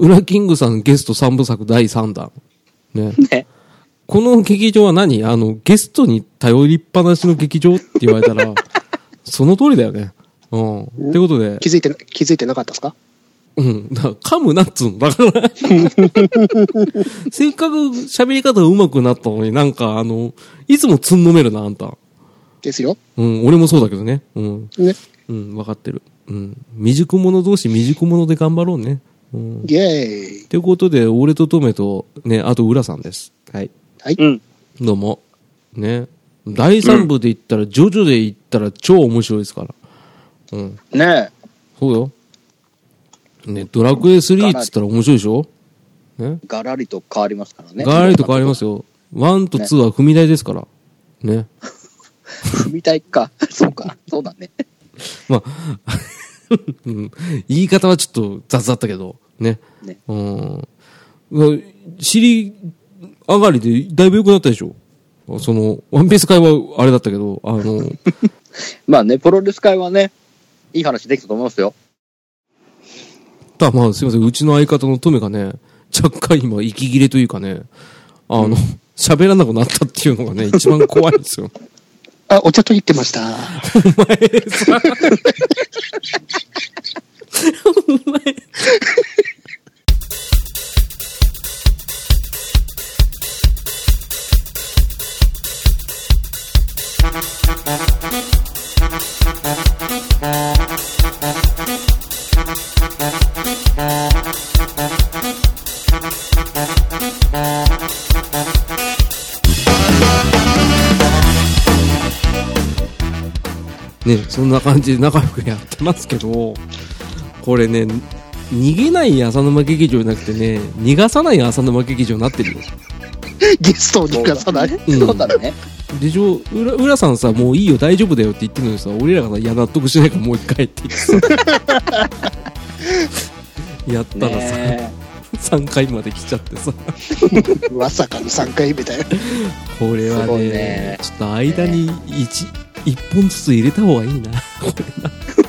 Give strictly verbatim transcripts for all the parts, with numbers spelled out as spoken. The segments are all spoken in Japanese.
ウラキングさんゲストさんぶさくだいさんだん。ね。 ね。 この劇場は何あの、ゲストに頼りっぱなしの劇場って言われたら、その通りだよね。うん。ってことで。 気づいて、気づいてなかったですか？ うん。だから、噛むなっつうの。だから、せっかく喋り方が上手くなったのになんか、あの、いつもつんのめるな、あんた。 ですよ。 うん。俺もそうだけどね。うん。 ね。 うん。わかってる。うん。未熟者同士未熟者で頑張ろうね。うん。 イェーイ。 ということで、俺とトメと、ね、あと浦さんです。はい。 はい。 うん。 どうも。ね。だいさん部で言ったら、うん、ジョジョで言ったら超面白いですから。うん。 ねえ。 そうよ。ね、ドラクエスリーって言ったら面白いでしょ？ね。 ガラリと変わりますからね。 ガラリと変わりますよ。ワンとツーは踏み台ですから。ね。 踏み台か。そうか。そうだね。 まあ、うん、言い方はちょっと雑だったけど、ね。 ね。 うん。尻上がりでだいぶ良くなったでしょ？その、ワンピース会はあれだったけど、あの、 まあね、プロレス会はね、いい話できたと思いますよ。 ただまあすいません、うちの相方のトメがね、若干今息切れというかね、あの、喋、うん、らなくなったっていうのがね、一番怖いんですよ。 あ、お茶と言ってました。お前さ、お前、ね、そんな感じで仲良くやってますけど、これね、逃げない浅沼劇場じゃなくてね、逃がさない浅沼劇場になってるよ。 ゲストを逃がさない。 そうだね。 でしょ、浦、浦さんさ、もういいよ、大丈夫だよって言ってるのにさ、俺らがいや、納得しないからもう一回って言ってさやったらさ、さんかいまで来ちゃってさまさかのさんかいめだよ。 これは ね, ねちょっと間に 1, いっぽんずつ入れた方がいいなこれな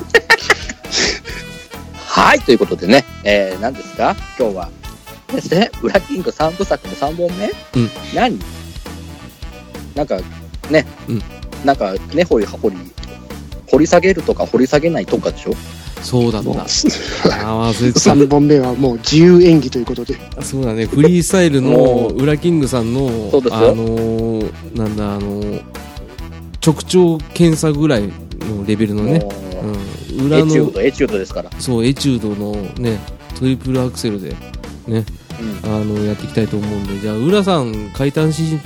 はい、ということでね、えー、何ですか今日はですね、ウラキングさんぶさくのさんぼんめ、うん、何なんかね、うん、なんかね、掘り掘り掘り下げるとか掘り下げないとかでしょ。 そうだった。あ忘れてた。さんぼんめはもう自由演技ということで。 そうだね、フリースタイルのウラキングさんの、あのー、なんだ、あのー、直腸検査ぐらいのレベルのね、うん、裏のエチュード、エチュードですから。 そう、エチュードのね、トリプルアクセルでね、うん、あのやっていきたいと思うんで、じゃあ浦さん解体し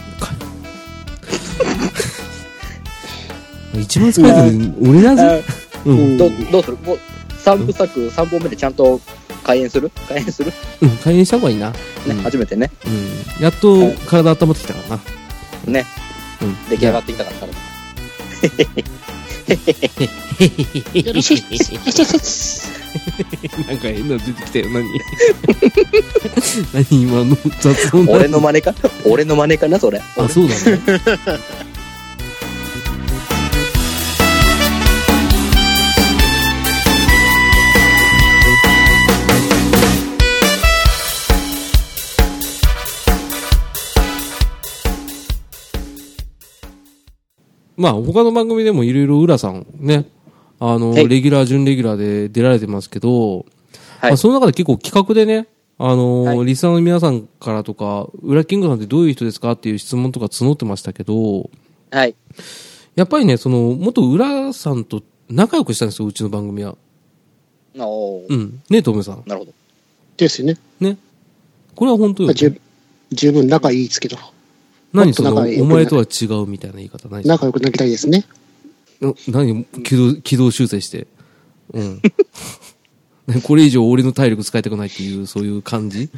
一番疲れてる俺だぜ。 うん、ど, どうする？もうさんぶさくさんぼんめでちゃんと開演する？開演する？ うん、開演した方がいいな。 ね、 うん、 初めてね。 うん。やっと体温まってきたからな。 ね。うん。出来上がってきたから体。 よろしいです。 なんか変なの出てきたよ。何？何今の雑音？ 俺の真似か？俺の真似かなそれ。 あ、そうだね。まあ他の番組でもいろいろ浦さんね、あの、はい、レギュラー、準レギュラーで出られてますけど、はい、まあ、その中で結構企画でね、あの、はい、リスナーの皆さんからとか、浦キングさんってどういう人ですかっていう質問とか募ってましたけど、 はい。 やっぱりね、その、元浦さんと仲良くしたんですよ、うちの番組は。 おー。 うん。ね、トムさん。 なるほど。 ですね。 ね。これは本当よ、ね。 十十分仲いいですけど。 何その、お前とは違うみたいな言い方ない仲良くなりたいですね。 何軌道、軌道修正して。うん。これ以上俺の体力使いたくないっていう、そういう感じ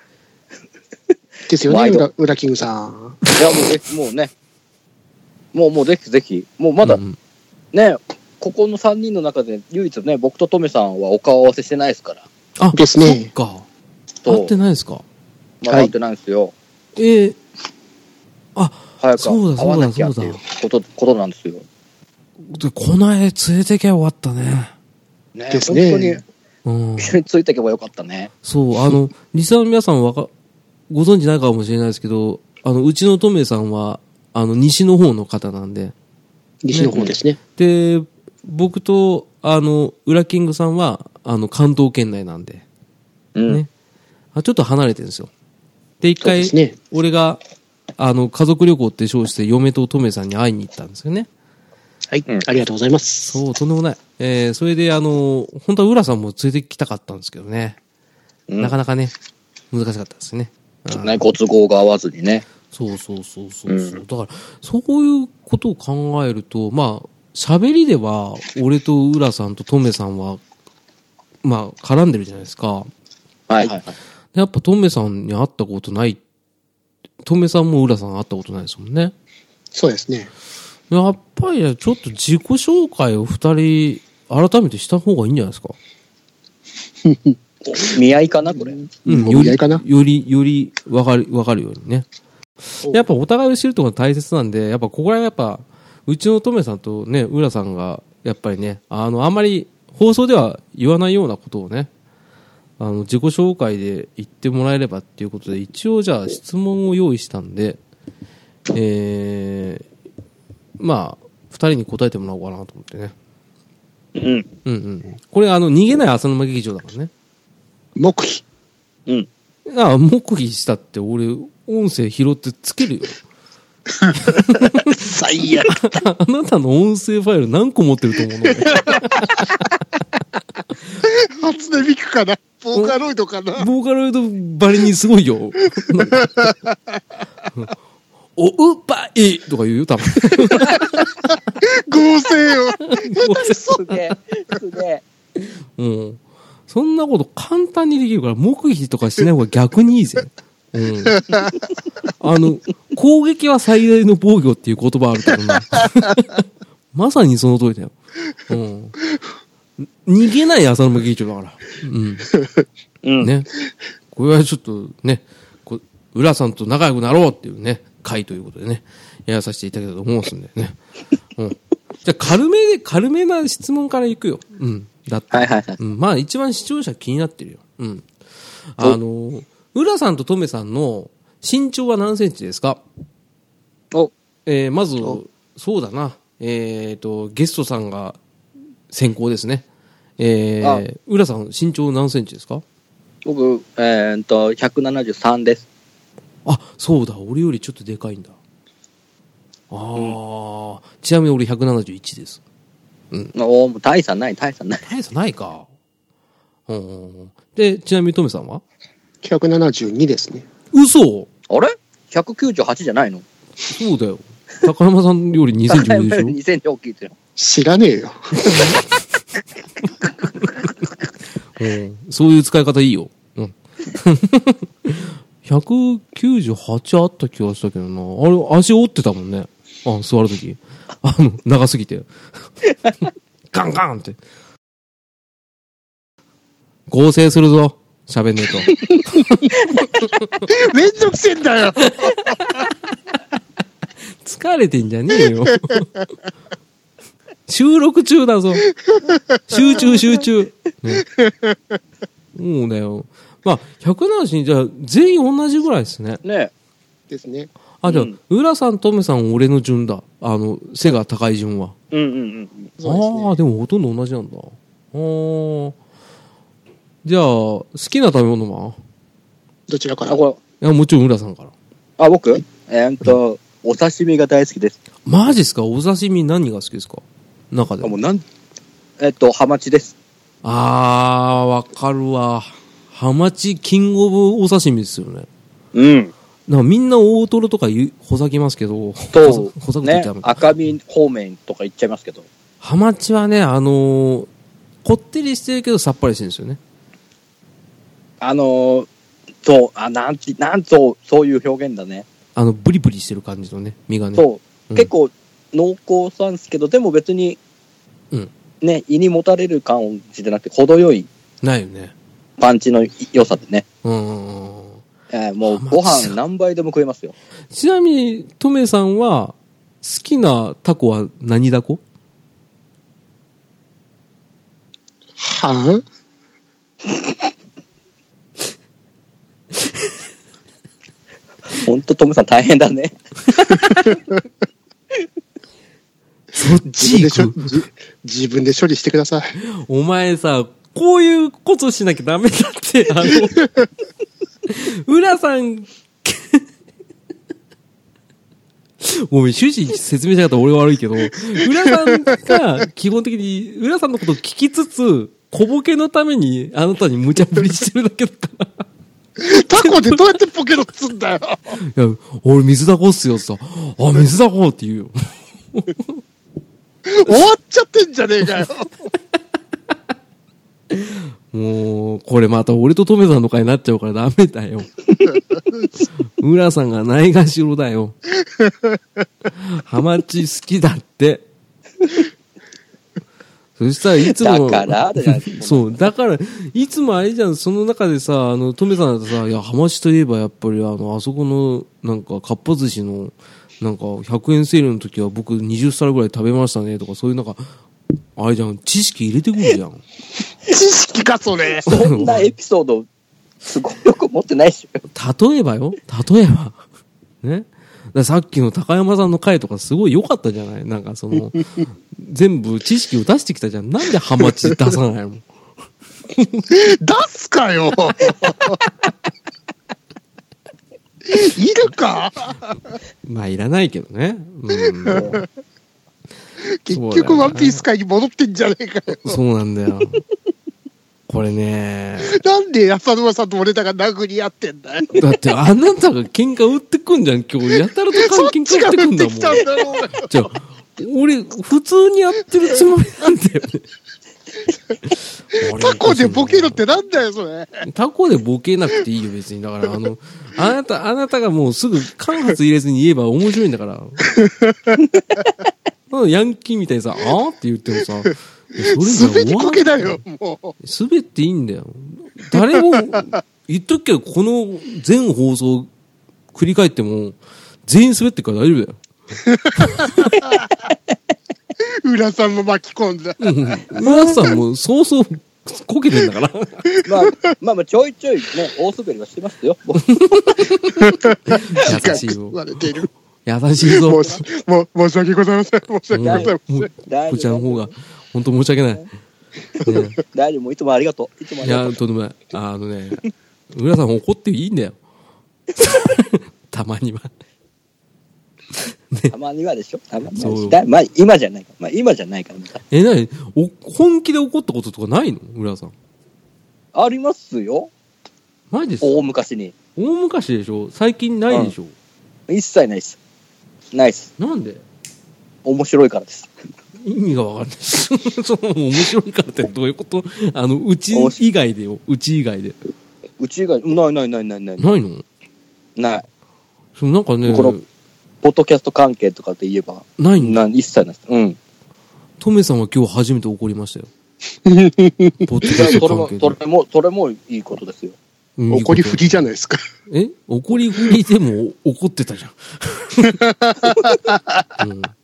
ですよね、裏、裏キングさん。 いや、もうぜひ、もうね。もう、もうぜひぜひ。もうまだ、うん、ね、ここのさんにんの中で唯一ね、僕とトメさんはお顔合わせしてないですから。 あ、 ですね。 そっか。会ってないですか？ まだ会ってないんですよ。 えーあ、 早く会わなきゃっていうこと、ことなんですよ。 で、この間連れてきゃ終わったね。 ね、ですね。本当に、 うん、一緒についていけばよかったね。 そう、あの、リスナーの皆さんわか、ご存知ないかもしれないですけど、あの、うちのトメさんは、あの、西の方の方なんで。 西の方ですね。 で、僕と、あの、ウラキングさんは、あの、関東圏内なんで。うん。ね。あ、ちょっと離れてるんですよ。で、一回、ね、俺が、あの、家族旅行って称して嫁とトメさんに会いに行ったんですよね。 はい、うん、ありがとうございます。 そう、とんでもない。えー、それで、あの、本当は浦さんも連れてきたかったんですけどね。うん、なかなかね、難しかったですね。 ね、ご都合が合わずにね。 そうそうそうそう。うん、だから、そういうことを考えると、まあ、喋りでは、俺と浦さんとトメさんは、まあ、絡んでるじゃないですか。 はいはいはい。 やっぱトメさんに会ったことない。トメさんも浦さん会ったことないですもんね。 そうですね。 やっぱりちょっと自己紹介を二人改めてした方がいいんじゃないですか。 見合いかなこれ。 うん、よりよりよりわかるわかるようにね。やっぱお互いを知るところが大切なんで、やっぱここら辺やっぱうちのトメさんとね浦さんがやっぱりねあのあんまり放送では言わないようなことをねあの自己紹介で言ってもらえればっていうことで一応じゃあ質問を用意したんで、えー。まあ、二人に答えてもらおうかなと思ってね。 うん。うんうん。これあの、逃げない浅沼劇場だからね。 黙秘。 うん。 ああ、黙秘したって俺、音声拾ってつけるよ。 最悪。 あなたの音声ファイル何個持ってると思うのね。 初音ミクかなボーカロイドかなボーカロイドばりにすごいよ。おうっぱいとか言うよ、多分。 合成よ。 すげえ、すげえ。 うん。そんなこと簡単にできるから、黙秘とかしない方が逆にいいぜ。うん。あの、攻撃は最大の防御っていう言葉あるけどな。まさにその通りだよ。うん。逃げない浅沼劇場だから。うん。うん。ね。これはちょっとね、こ浦さんと仲良くなろうっていうね。回ということでね、やらさせていただきたいと思うんですんでね。うん。じゃあ、軽めで、軽めな質問からいくよ。うん。だって。 はいはいはい。 うん。まあ、一番視聴者気になってるよ。うん。あの、浦さんとトメさんの身長は何センチですか？ お。 えー、まず、そうだな。えっと、ゲストさんが先行ですね。えー、浦さん身長何センチですか？ 僕、えーっと、ひゃくななじゅうさんです。 あ、そうだ。俺よりちょっとでかいんだ。ああ、うん、ちなみに俺ひゃくななじゅういちです。 うん。おー、大差ない、大差ない。 大差ないか。うん。で、ちなみにトメさんはひゃくななじゅうにですね。 嘘？ あれ ?ひゃくきゅうじゅうはち じゃないの？ そうだよ。高山さんよりにセンチ上でしょ？ にセンチ大きいですよ。 知らねえよ。 うん。そういう使い方いいよ。うん。ひゃくきゅうじゅうはちあった気がしたけどな。あれ、足折ってたもんね。あ、座るとき。あの、長すぎて。ガンガンって。合成するぞ。喋んねえと。 めんどくせえんだよ。 疲れてんじゃねえよ。収録中だぞ。集中集中。ね、もうだよ。まあ、ひゃくななじゅうにじゃあ全員同じぐらいですね。 ねですね。 あ、じゃあ、うん、浦さん、トメさん、俺の順だ。あの、背が高い順は。 うんうんうん。 ああ、でもほとんど同じなんだ。ああ。じゃあ、好きな食べ物はどちらから？ いや、もちろん浦さんから。 あ、僕えー、っと、うん、お刺身が大好きです。 マジっすか？お刺身何が好きですか？中で。 あ、もうなん、えー、っと、ハマチです。 あー、わかるわ。ハマチ、キングオブお刺身ですよね。 うん。 なんかみんな大トロとかほざきますけど、 と、 ほざくね、赤身方面とか言っちゃいますけど。 ハマチはね、あのー、こってりしてるけどさっぱりしてるんですよね。 あのー、そう、あ、なんて、なんと、そういう表現だね。 あの、ブリブリしてる感じのね、身がね。 そう。うん、結構濃厚さんですけど、でも別に、 うん。 ね、胃にもたれる感じじゃなくて、程よい。 ないよね。 パンチの良さでね。 うんうんうん。 えー、もうご飯何杯でも食えますよ。 ちなみに、トメさんは、好きなタコは何タコ？ はぁ、 ほんとトムさん大変だね。 そっち行く。 自分で処理してください。 お前さ、こういうことしなきゃダメだって、あの、浦さん、ごめん、趣旨説明しなかったら俺が悪いけど、浦さんが基本的に、浦さんのことを聞きつつ、小ボケのためにあなたに無茶ぶりしてるだけだから。 タコでどうやってボケろっつんだよ。 いや、俺水だこっすよってさ、あ、水だこって言うよ。 終わっちゃってんじゃねえかよ。 もう、これまた俺とトメさんの会になっちゃうからダメだよ。浦さんがないがしろだよ。ハマチ好きだって。そしたらいつも、 だからそう、だから、いつもあれじゃん、その中でさ、あの、トメさんだとさ、いや、ハマチといえばやっぱりあの、あそこの、なんか、かっぱ寿司の、なんか、ひゃくえんセールの時は僕にじゅっさらぐらい食べましたね、とか、そういうなんか、あれじゃん、知識入れてくるじゃん。 知識か、それ。 そんなエピソード、すごいよく持ってないっしょ。例えばよ、例えば。ね。ださっきの高山さんの回とかすごい良かったじゃない？なんかその、全部知識を出してきたじゃん。なんでハマチ出さないの？出すかよいるかまあいらないけどね。うん、 結局ワンピース界に戻ってんじゃねえかよ。 そうなんだよ。これね。 なんで浅沼さんと俺らが殴り合ってんだよ。 だってあなたが喧嘩売ってくんじゃん、今日。やたらと喧嘩売ってくんだもん。じゃあ、俺、普通にやってるつもりなんだよね。 タコでボケろってなんだよ、それ。 タコでボケなくていいよ、別に。だから、あの、あなた、あなたがもうすぐ間髪入れずに言えば面白いんだから。ヤンキーみたいにさ、あーって言ってもさ、 それじゃ滑りこけだよ、もう。 滑っていいんだよ。誰も、言っとくけど、この全放送繰り返っても、全員滑ってるから大丈夫だよ。 浦さんも巻き込んだ。 浦さんもそうそうこけてんだから。 まあ、まあまあ、ちょいちょいね、大滑りはしてますよ。 優しいよ。優しいぞ。 もう、もう、申し訳ございません。申し訳ございません。 こちらの方が、本当申し訳ない。ね、 大丈夫、いつもありがとう。いつもありがとう。 いや、とんでもない。あのね、浦さん怒っていいんだよ。たまには。 ね、たまにはでしょ。たまには。まあ、今じゃないから。まあ、今じゃないから。 え、なにお、本気で怒ったこととかないの浦さん。 ありますよ。 ないです。 大昔に。 大昔でしょ最近ないでしょ、 うん、一切ないっす。ないっす。 なんで面白いからです。 意味がわかんないです。その面白いからってどういうことあの、うち以外でよ。うち以外で。 うち以外、ないないないないない。 ないのない。 そうなんかね、 この、ポッドキャスト関係とかで言えば。 ないんだ。 一切ないです。うん。 トメさんは今日初めて怒りましたよ。ポッドキャスト関係で。 それも、それもいいことですよ。 怒り振りじゃないですか。 え怒り振りでも怒ってたじゃん。うん、だから、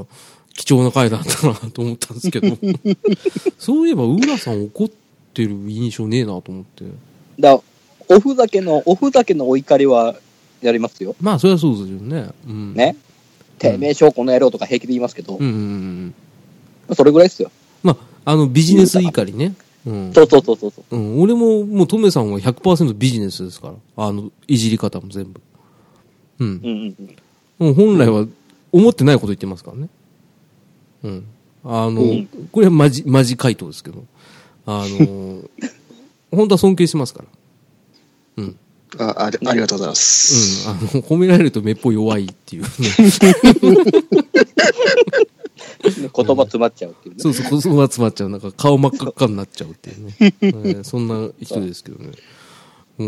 貴重な回だったなと思ったんですけど。そういえば、浦さん怒ってる印象ねえなと思って。 だおふざけの、おふざけのお怒りはやりますよ。 まあ、それはそうですよね。うん、 ね。てめえ証拠の野郎とか平気で言いますけど。 うんうんうん、 それぐらいですよ。 まあ、あの、ビジネス怒りね。うん、 そうそうそうそう。 うん、俺も、もう、トメさんは ひゃくパーセント ビジネスですから。あの、いじり方も全部。うん。うんうんうん、もう本来は、思ってないこと言ってますからね。うん。あの、うん、これはマジ、マジ回答ですけど。あの、本当は尊敬してますから。うん。 あ、あり、ありがとうございます。 うん。あの、褒められるとめっぽい弱いっていうね。 言葉詰まっちゃうっていうね。 そうそう、言葉詰まっちゃう。なんか顔真っ赤っかになっちゃうっていうね。えー、そんな人ですけどね。うん。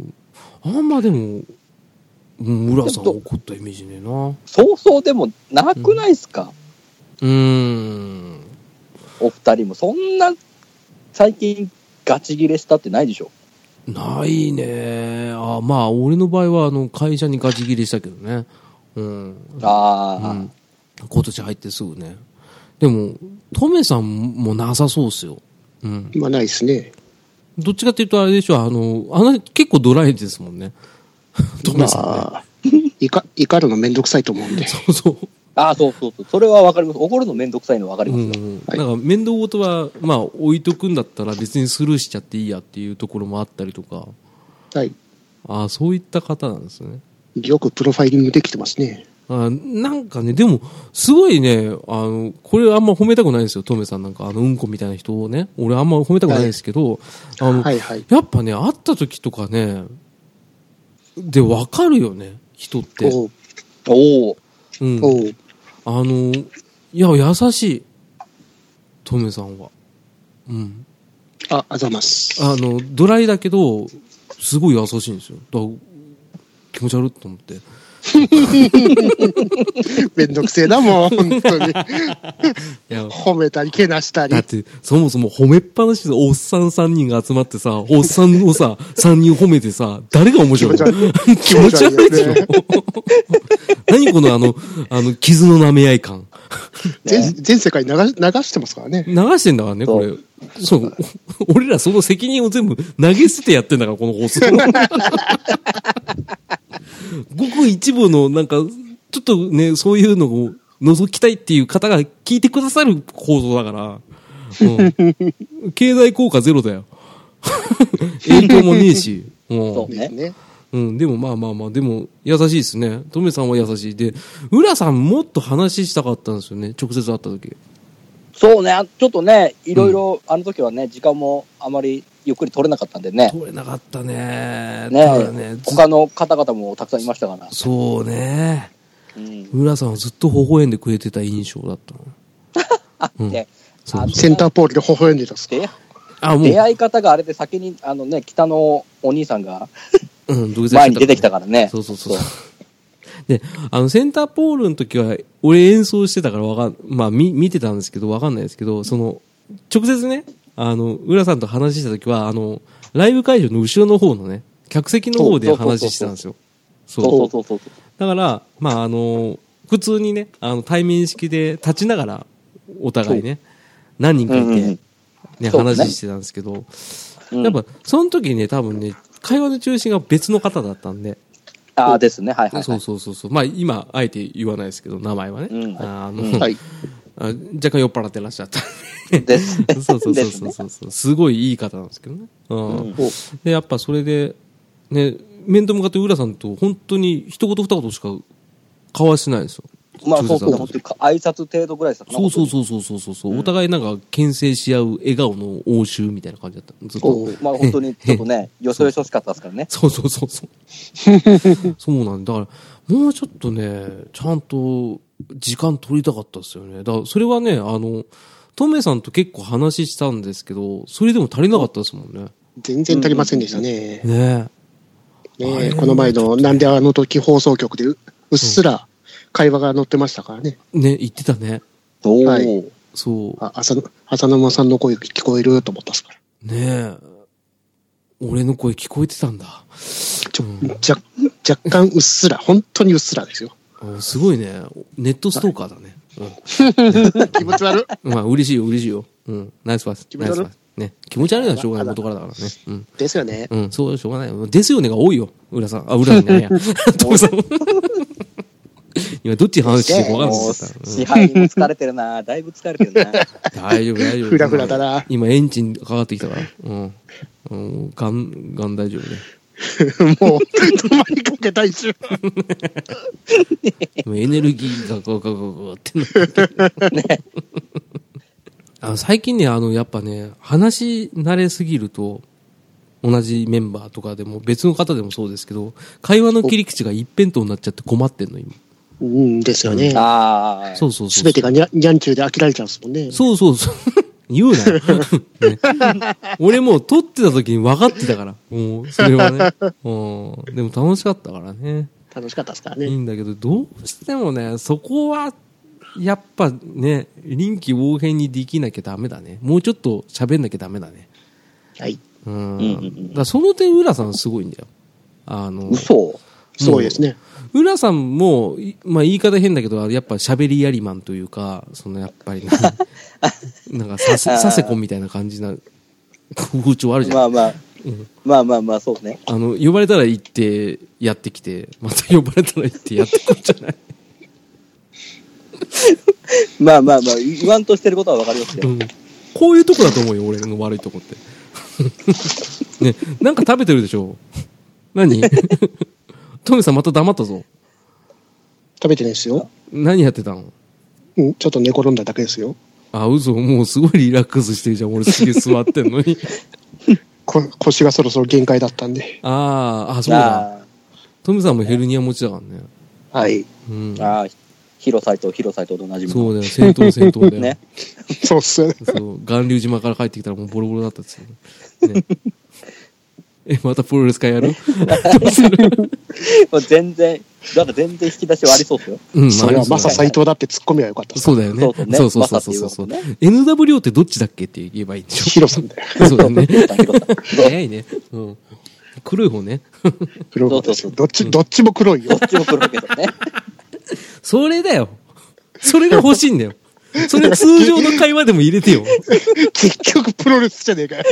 あんまでも、うん、浦さん怒ったイメージねえな。 そうそうでもなくないっすか、 うん、うーん。 お二人もそんな最近ガチギレしたってないでしょ。 ないね。あ、まあ俺の場合はあの会社にガチギレしたけどね。うん。 ああ、うん。 今年入ってすぐね。でもトメさんもなさそうっすよ。うん。 まあないですね。 どっちかっていうとあれでしょ、あの、あの、結構ドライですもんね。トメさんね。まあ、 怒怒るのめんどくさいと思うんで。 そうそう。 ああ、そうそうそう。それはわかります。怒るのめんどくさいのわかりますよ。うん、 なんか面倒事は、まあ置いとくんだったら別にスルーしちゃっていいやっていうところもあったりとか。 はい。 ああ、そういった方なんですね。 よくプロファイリングできてますね。 あなんかね、でも、すごいね、あの、これあんま褒めたくないんですよ、トメさんなんか、あの、うんこみたいな人をね、俺あんま褒めたくないんですけど、はい、あの、はいはい、やっぱね、会った時とかね、で、わかるよね、人って。 おお。 うん。おあの、いや、優しい。トメさんは。うん。 あ、あざます。 あの、ドライだけど、すごい優しいんですよ。だから気持ち悪いと思って。 めんどくせえな、もう、本当に。いや褒めたり、けなしたり。 だって、そもそも褒めっぱなしでおっさんさんにんが集まってさ、おっさんをさ、さんにん褒めてさ、誰が面白いの？気持ち悪いでしょ。何このあの、あの、傷の舐め合い感。 全, 全世界流, 流してますからね。 流してんだからね、これ。そう。俺らその責任を全部投げ捨ててやってんだから、この放送。ごく一部の、なんか、ちょっとね、そういうのを覗きたいっていう方が聞いてくださる放送だから、うん、経済効果ゼロだよ。影響もねえし。うん、 そうね。 うん、でもまあまあまあ、でも優しいですね。トメさんは優しい。で、浦さんもっと話したかったんですよね、直接会った時。 そうね、ちょっとね、いろいろ、うん、あの時はね、時間もあまりゆっくり取れなかったんでね。 取れなかったね。 ねね他の方々もたくさんいましたから。 そうね。うん、浦さんはずっと微笑んでくれてた印象だったの。 あ、うん、で、 そうセンターポールで微笑んでたっすか。 あ、もう出会い方があれで先に、あのね、北のお兄さんが、うん、前に出てきたからね。 そうそうそう。で、あの、センターポールの時は、俺演奏してたからわかん、まあ、見、見てたんですけど、わかんないですけど、その、直接ね、あの、浦さんと話した時は、あの、ライブ会場の後ろの方のね、客席の方で話してたんですよ。 そうそうそうそう。 だから、まあ、あの、普通にね、あの、対面式で立ちながら、お互いね、何人かいて、うんうん、ね、話してたんですけど、ね、やっぱ、その時にね、多分ね、会話の中心が別の方だったんで。 ああですね、はいはい、はい。 そうそうそうそう。まあ今、あえて言わないですけど、名前はね。うん、あの、 うん、はい、 あ若干酔っ払ってらっしゃった。 です。 そうそうそうそうそうそう。すごいいい方なんですけどね。うん。うん、で、やっぱそれで、ね、面と向かって浦さんと本当に一言二言しか交わしてないですよ。 まあそうそう、本当に挨拶程度ぐらいですか。 そうそうそうそうそうそう、うん、お互いなんか牽制し合う笑顔の応酬みたいな感じだった。ずっと。 まあ本当にちょっとね、よそよそしかったですからね。 そうそうそうそう。そうなんだ。だから、もうちょっとね、ちゃんと時間取りたかったですよね。だからそれはね、あの、トメさんと結構話したんですけど、それでも足りなかったですもんね。 全然足りませんでしたね。 うん、ねえ。ねえ、この前の、なんであの時放送局でうっすら、うん会話が載ってましたからね。 ね、言ってたね。 おー。 はい。 そう。 あ、浅野、浅沼さんの声聞こえると思ったっすから。 ねえ。俺の声聞こえてたんだ。 ちょ、うん、じゃ、若干うっすら、本当にうっすらですよ。 すごいね。ネットストーカーだね。 うん、気持ち悪い。 まあ、嬉しいよ、嬉しいよ。うん。ナイスパス。ナイスパス。ね。気持ち悪いのはしょうがない元からだからね。うん。 ですよね。 うん、そう、しょうがない。ですよねが多いよ。浦さん。あ、浦さんね。トムさん。今どっち話してるか分からなかった。 支配にも疲れてるな。だいぶ疲れてるな。 大丈夫、大丈夫。 フラフラだな。 今エンジンかかってきたから。うん。うん、ガン、ガン大丈夫ね。 もう、止まりかけた一瞬。 エネルギーがガガガガってなって。ね。あの最近ね、あの、やっぱね、話慣れすぎると、同じメンバーとかでも別の方でもそうですけど、会話の切り口が一辺倒になっちゃって困ってんの、今。 うんですよね。 ああ。 そうそうそう。 すべてがにゃにゃんちゅうで飽きられちゃうんですもんね。 そうそうそう。言うなよ、ね。俺もう撮ってた時に分かってたから。もう、それはね。うん。でも楽しかったからね。 楽しかったですからね。 いいんだけど、どうしてもね、そこは、やっぱね、臨機応変にできなきゃダメだね。もうちょっと喋んなきゃダメだね。 はい。 うん。だからその点、浦さんすごいんだよ。あの、 嘘すごいですね。 浦さんも、まあ言い方変だけど、やっぱ喋りやりマンというか、そのやっぱり、ね、なんかさせ、させこみたいな感じな風潮あるじゃん。 まあまあ、うん、まあまあまあ、そうね。 あの、呼ばれたら行ってやってきて、また呼ばれたら行ってやってくるんじゃないまあまあまあ、言わんとしてることはわかりますよ、うん。 こういうとこだと思うよ、俺の悪いとこって。ね、なんか食べてるでしょ。何トメさんまた黙ったぞ。 食べてないですよ。 何やってたの？ うん、ちょっと寝転んだだけですよ。 あ、嘘、もうすごいリラックスしてるじゃん。俺すげえ座ってんのに。 こ腰がそろそろ限界だったんで。 ああ、あ、そうだ。トムさんもヘルニア持ちだからね。 はい。うん、ああ、ヒロサイト、ヒロサイトと同じもそうだよ、戦闘戦闘だよ。ね。 そうっすよね。 そう、巌流島から帰ってきたらもうボロボロだったっつう、ね。え、またプロレス会やる？どうする？ もう全然、だから全然引き出しはありそうですよ。 うん、それはマサ斎藤だって突っ込みはよかった。 そうだよね。そうそうね。そうそうそうそう。エヌダブリュー ってどっちだっけって言えばいいんでしょ。 ヒロさんだよ。 そうだね。早いね。うん。黒い方ね。 黒い方ですよ。どっち、どっちも黒いよ。 どっちも黒いけどね。 それだよ。それが欲しいんだよ。それ通常の会話でも入れてよ。 結局プロレスじゃねえかよ。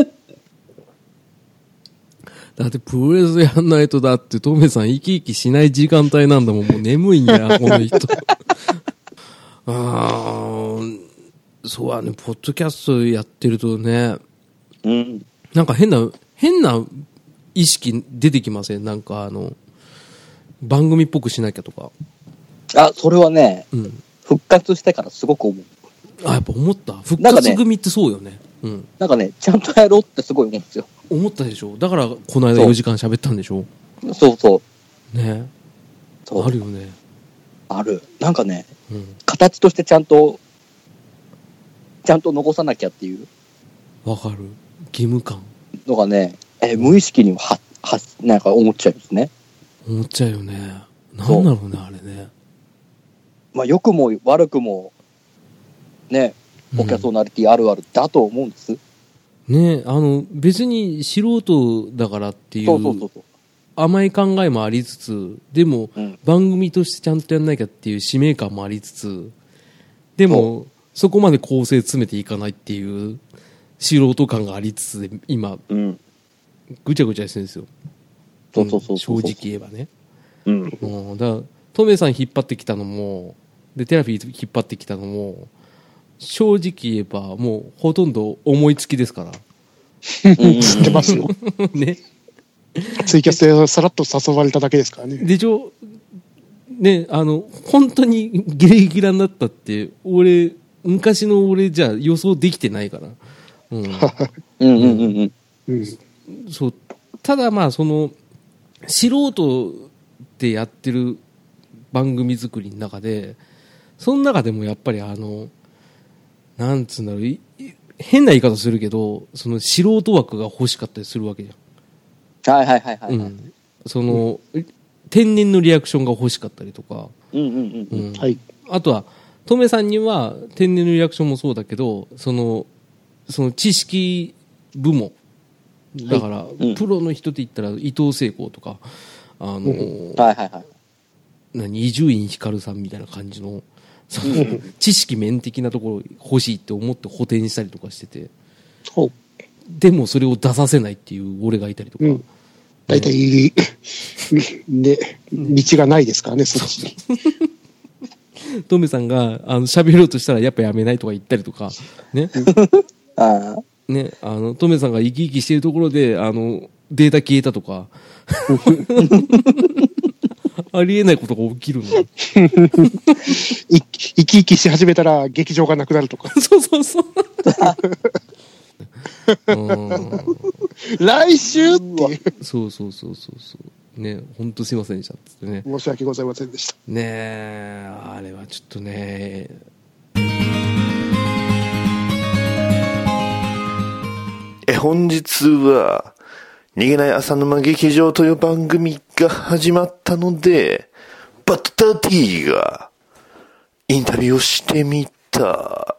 だってプロレスやんないとだってトメさん生き生きしない時間帯なんだもん。もう眠いんだよ、この人。あー、そうはね、ポッドキャストやってるとね、うん、なんか変な、変な意識出てきません？なんかあの、番組っぽくしなきゃとか。 あ、それはね、うん、復活してからすごく思う。 あ、やっぱ思った。復活組ってそうよね。うん。 なんかね、ちゃんとやろうってすごい思うんですよ。 思ったでしょ。だからこの間よじかん喋ったんでしょ。 そうそうね。そうあるよね。 ある。なんかね、うん、形としてちゃんとちゃんと残さなきゃっていう。 わかる。義務感のがね、え無意識にもははなんか思っちゃいますね。 思っちゃうよね。なんだろうねあれね。 まあ良くも悪くもね、ポキャソーナリティあるあるだと思うんです。 うん、ね、あの別に素人だからっていう。そうそうそうそう。甘い考えもありつつ、でも、うん、番組としてちゃんとやんなきゃっていう使命感もありつつ、でも そ, そこまで構成詰めていかないっていう素人感がありつつで今、うん、ぐちゃぐちゃしてるんですよ。 そうそうそうそう、うん、正直言えばね。うん。うん、だからトメさん引っ張ってきたのも、でテラフィー引っ張ってきたのも、正直言えばもうほとんど思いつきですから。 知ってますよ。 ね。 ツイキャスでさらっと誘われただけですからね。 でしょ、ね、あの本当にギラギラになったって俺昔の俺じゃ予想できてないから。うん。うんうんうんうん。そう。ただまあその素人でやってる番組作りの中で、その中でもやっぱりあのなんつうんだろう、変な言い方するけど、その素人枠が欲しかったりするわけじゃん。 はいはいはいはい、はい、うん、 その、うん、天然のリアクションが欲しかったりとか、うんうんうんうん、はい、あとはトメさんには天然のリアクションもそうだけど、そのその知識部門だから、はいうん、プロの人って言ったら伊藤聖子とか、あのーうん、はいはいはい、何伊集院光さんみたいな感じのその知識面的なところ欲しいって思って補填したりとかしてて、でもそれを出させないっていう俺がいたりとか、うん、 だいたいね、道がないですからね、そっちに。 トメさんがあの喋ろうとしたらやっぱやめないとか言ったりとかね。あね、あのトメさんが生き生きしているところであのデータ消えたとかありえないことが起きるの。 生き生きし始めたら劇場がなくなるとか。 そうそうそう。 来週っていう。 そうそうそうそうそうね、本当すいませんでしたってね。 申し訳ございませんでした。 ねえ、あれはちょっとね。 え本日は逃げない浅沼劇場という番組が始まったので、バッター T がインタビューをしてみた。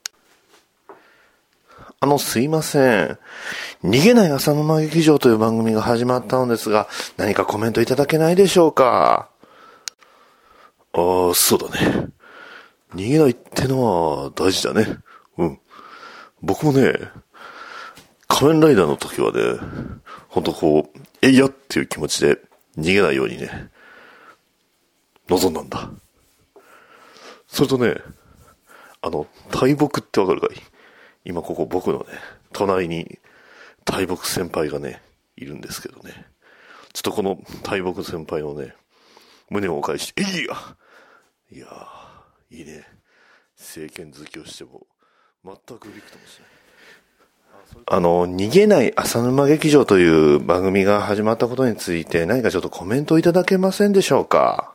あのすいません、逃げない浅沼劇場という番組が始まったのですが、何かコメントいただけないでしょうか。ああ、そうだね、逃げないってのは大事だね。うん、僕もね、 仮面ライダーの時はね、ほんとこう、えいやっていう気持ちで逃げないようにね、臨んだんだ。それとね、あの、大木ってわかるかい？今ここ僕のね、隣に大木先輩がね、いるんですけどね。ちょっとこの大木先輩のね、胸をお返し、えいやいやー、いいね。政権好きをしても、全くびくともしない。あの、逃げない浅沼劇場という番組が始まったことについて何かちょっとコメントいただけませんでしょうか？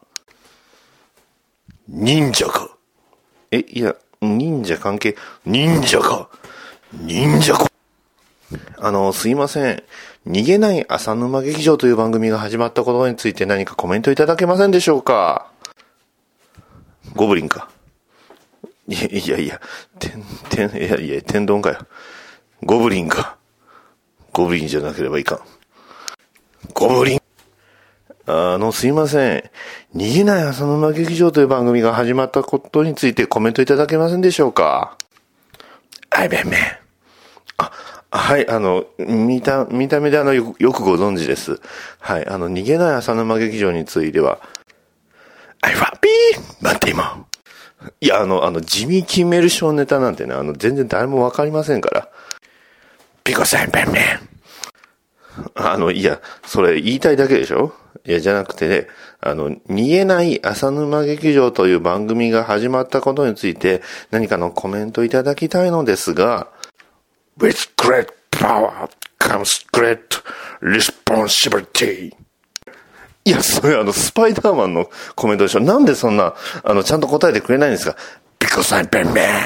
忍者か？え、いや、忍者関係、忍者か？忍者か？あの、すいません。逃げない浅沼劇場という番組が始まったことについて何かコメントいただけませんでしょうか？ゴブリンか？いやいやいや、てん、てん、いやいや、天丼かよ。ゴブリンか。ゴブリンじゃなければいかん。ゴブリン。あの、すいません。逃げない浅沼劇場という番組が始まったことについてコメントいただけませんでしょうか？あいべんめん。あ、はい、あの、見た、見た目であのよ、よくご存知です。はい、あの、逃げない浅沼劇場については、あいわ、ピー待って今。いや、あの、あの、ジミー・キンメルショーネタなんてね、あの、全然誰もわかりませんから。ピコさんペンペン。あの、いや、それ言いたいだけでしょ？いや、じゃなくてね、あの、逃げない浅沼劇場という番組が始まったことについて何かのコメントいただきたいのですが、With great power comes great responsibility. いや、それあの、スパイダーマンのコメントでしょ。なんでそんな、あの、ちゃんと答えてくれないんですか？ Because I'm Batman!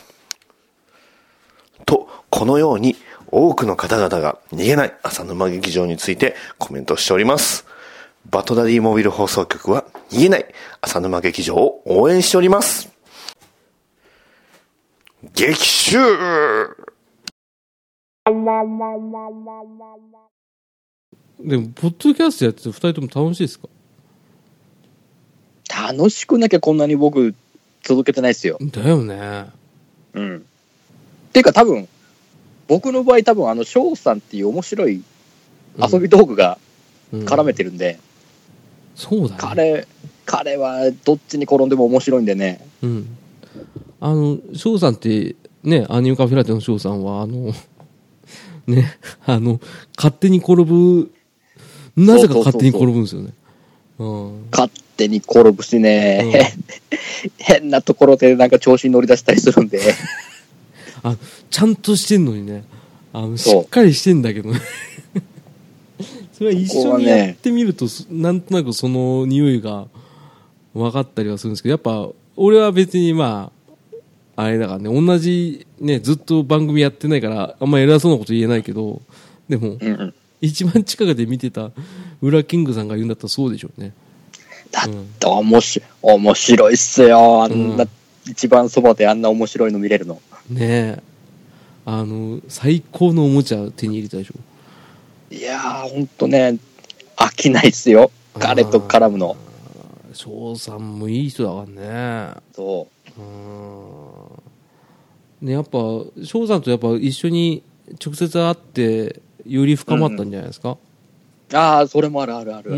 と、このように多くの方々が逃げない浅沼劇場についてコメントしております。バトダディモビル放送局は逃げない浅沼劇場を応援しております。激臭でも、ポッドキャストやってて二人とも楽しいですか？ 楽しくなきゃこんなに僕続けてないですよ。 だよね。 うん。っていうか多分、僕の場合多分あの翔さんっていう面白い遊び道具が絡めてるんで、 うんうん、そうだね。 彼彼はどっちに転んでも面白いんでね。 うん。あの翔さんってね、アニメカフェラテの翔さんはあのね、あの勝手に転ぶ、なぜか勝手に転ぶんですよね。うん、 勝手に転ぶしね、うん、変なところでなんか調子に乗り出したりするんで。 あ、ちゃんとしてんのにね、あのしっかりしてんだけどね。それは一緒にやってみると、ね、なんとなくその匂いが分かったりはするんですけど、やっぱ俺は別にまああれだからね、同じね、ずっと番組やってないからあんま偉そうなこと言えないけど、でも、うんうん、一番近くで見てたウラキングさんが言うんだったらそうでしょうね。 だって面白い、面白いっすよ、あんな、うん、一番そばであんな面白いの見れるのねえ、あの最高のおもちゃ手に入れたでしょ。 いやーほんとね、飽きないっすよ、彼と絡むの。 翔さんもいい人だからね。そう、うんね、やっぱ翔さんとやっぱ一緒に直接会ってより深まったんじゃないですか。 うん、ああ、それもあるあるある、うん、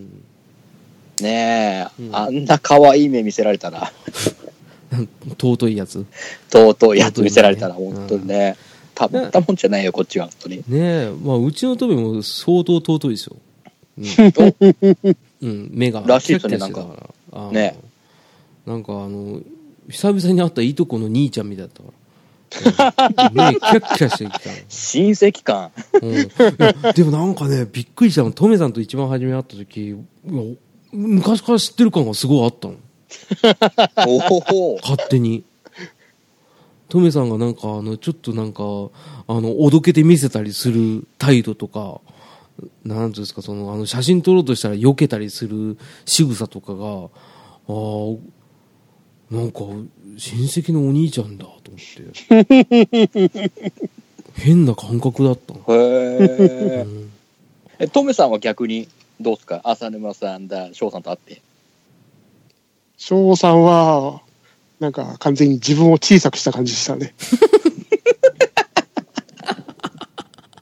ねえ、うん、あんな可愛い目見せられたら尊いやつ尊いやつ見せられたら本当にね、たまったもんじゃないよこっちは本当にね。 え、まあ、うちのトメも相当尊いですよ、うんうん、目がらしいですね、なんかね、 なんかあの久々に会ったいとこの兄ちゃんみたいだったから、目キラッキラしてきた親戚感、 うん、でもなんかねびっくりしたの、トメさんと一番初め会った時、昔から知ってる感がすごいあったの。おほほ勝手にトメさんがなんかあのちょっとなんかあのおどけて見せたりする態度とか、なんていうんですか、そのあの写真撮ろうとしたら避けたりする仕草とかが、ああなんか親戚のお兄ちゃんだと思って変な感覚だったの。へえ、うん、えトメさんは逆にどうですか、浅沼さんだ翔さんと会って。 翔さんはなんか完全に自分を小さくした感じでしたね。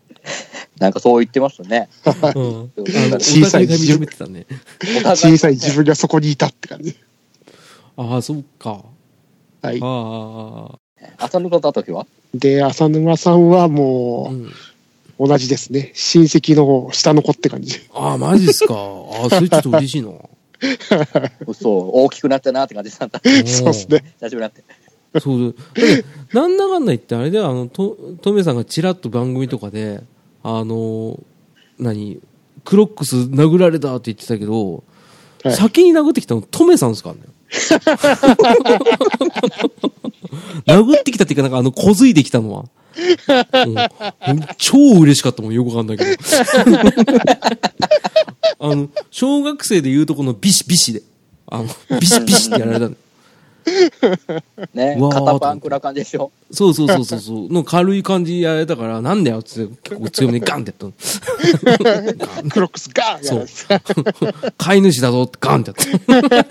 なんかそう言ってましたね。 うん、小さい自分、ね、 小さい自分がそこにいたって感じ。 ああ、そうか。 はい。 ああ。浅沼だときはで、浅沼さんはもう、うん、同じですね。親戚の下の子って感じ。 ああ、マジっすか。ああ、それちょっと嬉しいな。 そう、大きくなったなって感じなんだ。 そうですね。 久しぶりになって。 そう。なんだかんだ言ってあれであの、と、トメさんがちらっと番組とかで、あの、何、クロックス殴られたって言ってたけど、はい、先に殴ってきたのトメさんですからね。殴ってきたっていうか、なんかあの、小づいてきたのは。うん、超嬉しかったもん、よくわかんないけど。あの、小学生で言うとこのビシビシで、あの、ビシビシってやられたの。 ね、肩パンクな感じでしょ。 そうそうそうそうそうの軽い感じやられたから、なんだよっつって結構強めにガンってやったの。 クロックスガン。 そう。飼い主だぞってガンってやった。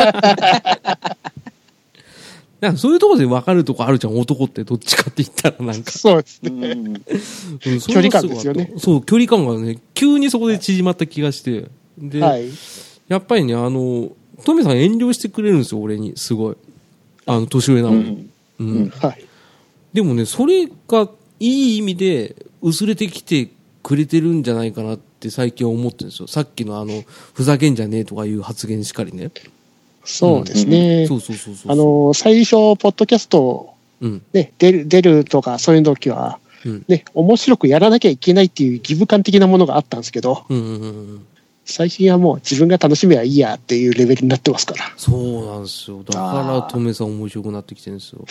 なんかそういうところで分かるとこあるじゃん、男ってどっちかって言ったらなんか。 そうですね。うん、距離感ですよね。 そう、距離感がね、急にそこで縮まった気がして。で、はい、やっぱりね、あの、トメさん遠慮してくれるんですよ、俺に、すごい。あの、年上なのに。うん。うんうん、はい。でもね、それがいい意味で薄れてきてくれてるんじゃないかなって最近は思ってるんですよ。さっきのあの、ふざけんじゃねえとかいう発言しかりね。 そうですね。 そうそうそうそう。 あの、最初、ポッドキャスト、うん、ね、出る、出るとか、そういう時は、うん、ね、面白くやらなきゃいけないっていう義務感的なものがあったんですけど、うんうんうん、最近はもう自分が楽しめばいいやっていうレベルになってますから。 そうなんですよ。だから、トメさん面白くなってきてるんですよ。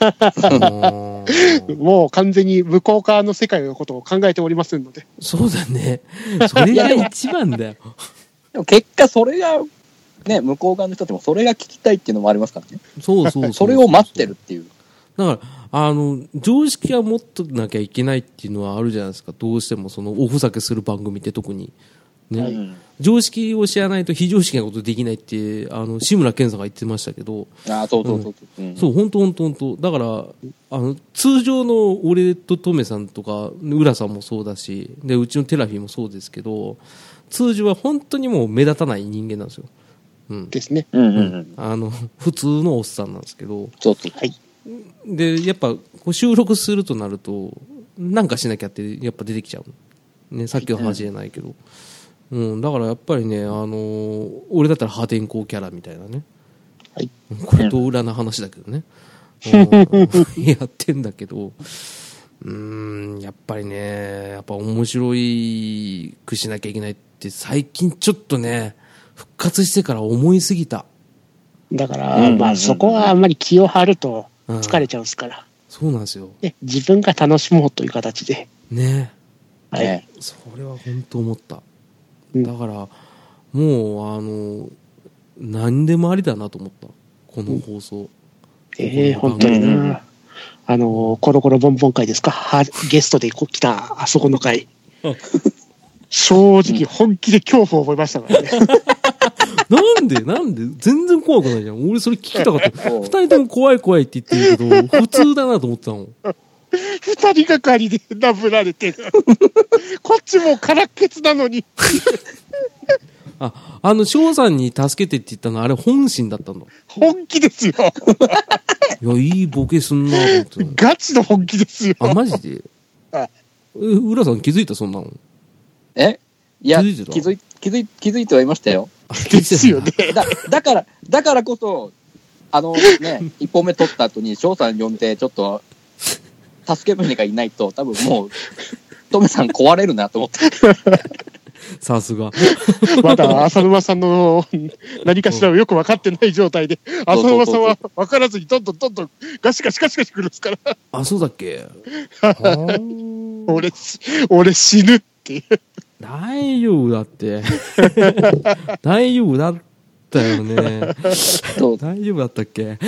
もう完全に向こう側の世界のことを考えておりませんので。 そうだね。それが一番だよ。 でも結果、それが、ね、向こう側の人ってもそれが聞きたいっていうのもありますからね。 そうそうそう。 それを待ってるっていう。 だから、あの、常識は持っとなきゃいけないっていうのはあるじゃないですか。どうしてもその、おふざけする番組って特に。ね。はい、常識を知らないと非常識なことできないって、あの、志村けんさんが言ってましたけど。 ああ、そうそうそう。 うんうん、そう、本当本当本当だから、あの、通常の俺とトメさんとか、浦さんもそうだし、で、うちのテラフィーもそうですけど、通常は本当にもう目立たない人間なんですよ。うん、 ですね、 うんうんうん。あの、普通のおっさんなんですけど。 そうそう。はい。 で、やっぱ、こう収録するとなると、なんかしなきゃって、やっぱ出てきちゃう。ね、さっきの話じゃないけど。うん、だからやっぱりね、あのー、俺だったら破天荒キャラみたいなね。はい。これと裏の話だけどね。やってんだけど、うーん、やっぱりね、やっぱ面白いくしなきゃいけないって最近ちょっとね、復活してから思いすぎた。 だから、まあそこはあんまり気を張ると疲れちゃうんですから。うん、 そうなんですよ。 ね、自分が楽しもうという形で。 ね。 はい。 それは本当思った。だから、もう、あの、何でもありだなと思った。この放送。うん、 ええー、本当にな。あの、コロコロボンボン会ですかはゲストで来た、あそこの会。正直、本気で恐怖を覚えましたからね。 なんでなんで全然怖くないじゃん。俺それ聞きたかった。二人とも怖い怖いって言ってるけど、普通だなと思ってたもん。 二人がかりで殴られてる。こっちも空っけつなのに。 あ、あの、翔さんに助けてって言ったのはあれ本心だったんだ。 本気ですよ。 いや、いいボケすんなと思って。 ガチの本気ですよ。 あ、マジでえ、浦さん気づいたそんなのえいや、気づいて気づい、気づい、気づいてはいましたよ。 ですよね。 だ、だから、だからこそ、あのね、一本目取った後に翔さん呼んで、ちょっと、助け舟がいないと、多分もう、トメさん壊れるなと思って。 さすが。 まだ浅沼さんの何かしらをよく分かってない状態で、浅沼さんは分からずにどんどんどんどんガシガシガシガシくるんですから。 あ、そうだっけ俺、俺死ぬっていう。 大丈夫だって。大丈夫だったよね。大丈夫だったっけ